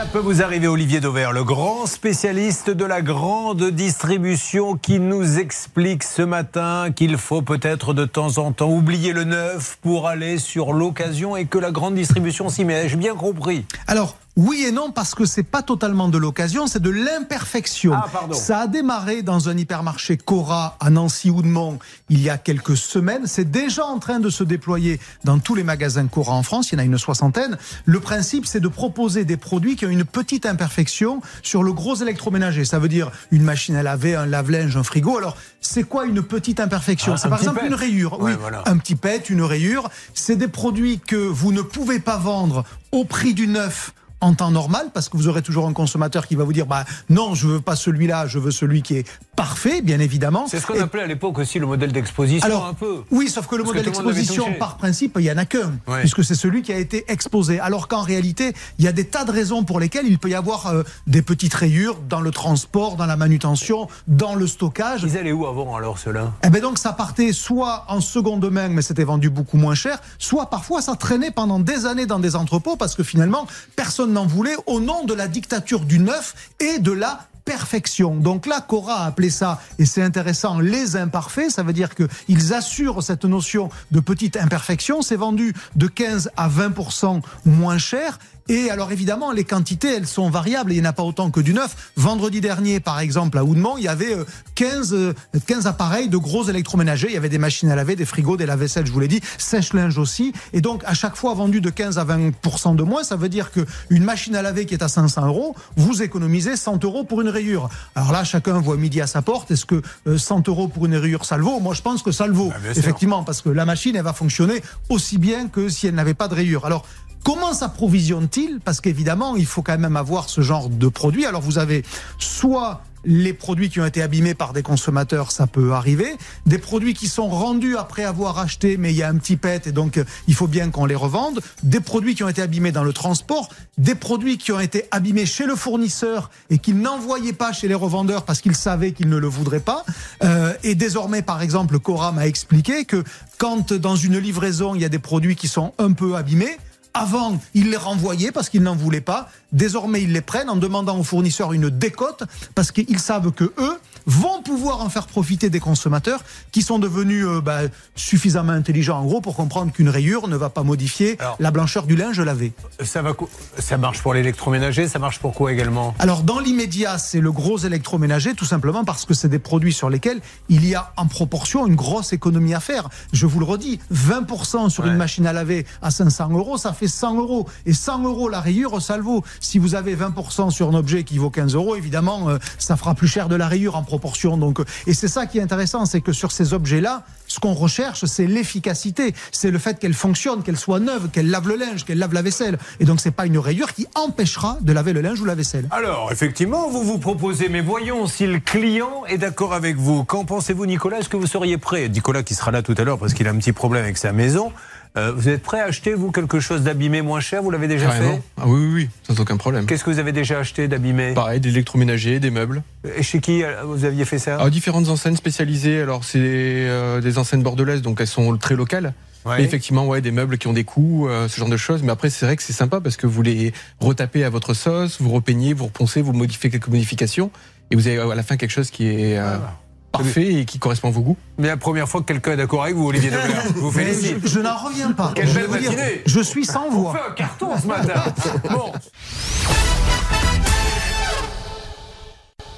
peut vous arriver, Olivier Dauvert, le grand spécialiste de la grande distribution, qui nous explique ce matin qu'il faut peut-être de temps en temps oublier le neuf pour aller sur l'occasion et que la grande distribution s'y met. Ai-je bien compris? Alors, oui et non, parce que c'est pas totalement de l'occasion, c'est de l'imperfection. Ça a démarré dans un hypermarché Cora à Nancy-Houdemont il y a quelques semaines. C'est déjà en train de se déployer dans tous les magasins Cora en France. Il y en a une 60aine. Le principe, c'est de proposer des produits qui ont une petite imperfection sur le gros électroménager. Ça veut dire une machine à laver, un lave-linge, un frigo. Alors, c'est quoi une petite imperfection? C'est par exemple une rayure. Ouais, oui, voilà. Un petit pet, une rayure. C'est des produits que vous ne pouvez pas vendre au prix du neuf en temps normal, parce que vous aurez toujours un consommateur qui va vous dire non, je veux pas celui-là, je veux celui qui est parfait, bien évidemment. C'est ce qu'on appelait à l'époque aussi le modèle d'exposition. Alors, un peu. Oui, sauf que le modèle d'exposition, par principe, il n'y en a qu'un, puisque c'est celui qui a été exposé. Alors qu'en réalité, il y a des tas de raisons pour lesquelles il peut y avoir des petites rayures dans le transport, dans la manutention, dans le stockage. Ils allaient où avant alors ceux-là? Donc ça partait soit en seconde main, mais c'était vendu beaucoup moins cher, soit parfois ça traînait pendant des années dans des entrepôts, parce que finalement, personne n'en voulait, au nom de la dictature du neuf et de la perfection. Donc là, Cora a appelé ça, et c'est intéressant, les imparfaits. Ça veut dire qu'ils assurent cette notion de petite imperfection. C'est vendu de 15 à 20% moins cher. Et alors évidemment, les quantités, elles sont variables. Il n'y en a pas autant que du neuf. Vendredi dernier, par exemple, à Houdemont, il y avait 15 appareils de gros électroménagers. Il y avait des machines à laver, des frigos, des lave-vaisselle, je vous l'ai dit, sèche-linge aussi. Et donc, à chaque fois, vendu de 15 à 20% de moins, ça veut dire qu'une machine à laver qui est à 500 €, vous économisez 100 € pour une rayure. Alors là, chacun voit midi à sa porte. Est-ce que 100 € pour une rayure, ça le vaut? Moi, je pense que ça le vaut. Effectivement, parce que la machine, elle va fonctionner aussi bien que si elle n'avait pas de rayure. Alors, comment s'approvisionne-t-il? Parce qu'évidemment, il faut quand même avoir ce genre de produits. Alors vous avez soit les produits qui ont été abîmés par des consommateurs, ça peut arriver. Des produits qui sont rendus après avoir acheté, mais il y a un petit pet et donc il faut bien qu'on les revende. Des produits qui ont été abîmés dans le transport. Des produits qui ont été abîmés chez le fournisseur et qu'il n'envoyait pas chez les revendeurs parce qu'il savait qu'ils ne le voudraient pas. Et désormais, par exemple, Cora m'a expliqué que quand dans une livraison, il y a des produits qui sont un peu abîmés, avant, ils les renvoyaient parce qu'ils n'en voulaient pas. Désormais, ils les prennent en demandant aux fournisseurs une décote parce qu'ils savent que eux vont pouvoir en faire profiter des consommateurs qui sont devenus suffisamment intelligents en gros pour comprendre qu'une rayure ne va pas modifier la blancheur du linge lavé. Ça marche pour l'électroménager, ça marche pour quoi également? Alors dans l'immédiat, c'est le gros électroménager, tout simplement parce que c'est des produits sur lesquels il y a en proportion une grosse économie à faire. Je vous le redis, 20% sur une machine à laver à 500 €, ça fait 100 €. Et 100 € la rayure, ça le vaut. Si vous avez 20% sur un objet qui vaut 15 €, évidemment, ça fera plus cher de la rayure en proportion. Donc, et c'est ça qui est intéressant, c'est que sur ces objets-là, ce qu'on recherche, c'est l'efficacité. C'est le fait qu'elle fonctionne, qu'elle soit neuve, qu'elle lave le linge, qu'elle lave la vaisselle. Et donc, c'est pas une rayure qui empêchera de laver le linge ou la vaisselle. Alors, effectivement, vous vous proposez, mais voyons si le client est d'accord avec vous. Qu'en pensez-vous, Nicolas? Est-ce que vous seriez prêt? Nicolas qui sera là tout à l'heure parce qu'il a un petit problème avec sa maison. Vous êtes prêt à acheter, vous, quelque chose d'abîmé moins cher? Vous l'avez déjà fait? Oui, sans aucun problème. Qu'est-ce que vous avez déjà acheté d'abîmé? Pareil, des électroménagers, des meubles. Et chez qui vous aviez fait ça? Différentes enseignes spécialisées. Alors, c'est des enseignes bordelaises, donc elles sont très locales. Et effectivement, des meubles qui ont des coûts, ce genre de choses. Mais après, c'est vrai que c'est sympa parce que vous les retapez à votre sauce, vous repeignez, vous reponcez, vous modifiez quelques modifications. Et vous avez à la fin quelque chose qui est... parfait et qui correspond à vos goûts. Mais la première fois que quelqu'un est d'accord avec vous, Olivier Dauvert, je vous félicite. Je n'en reviens pas. Quelle belle matinée. Je suis sans voix. On fait un carton ce matin. Bon.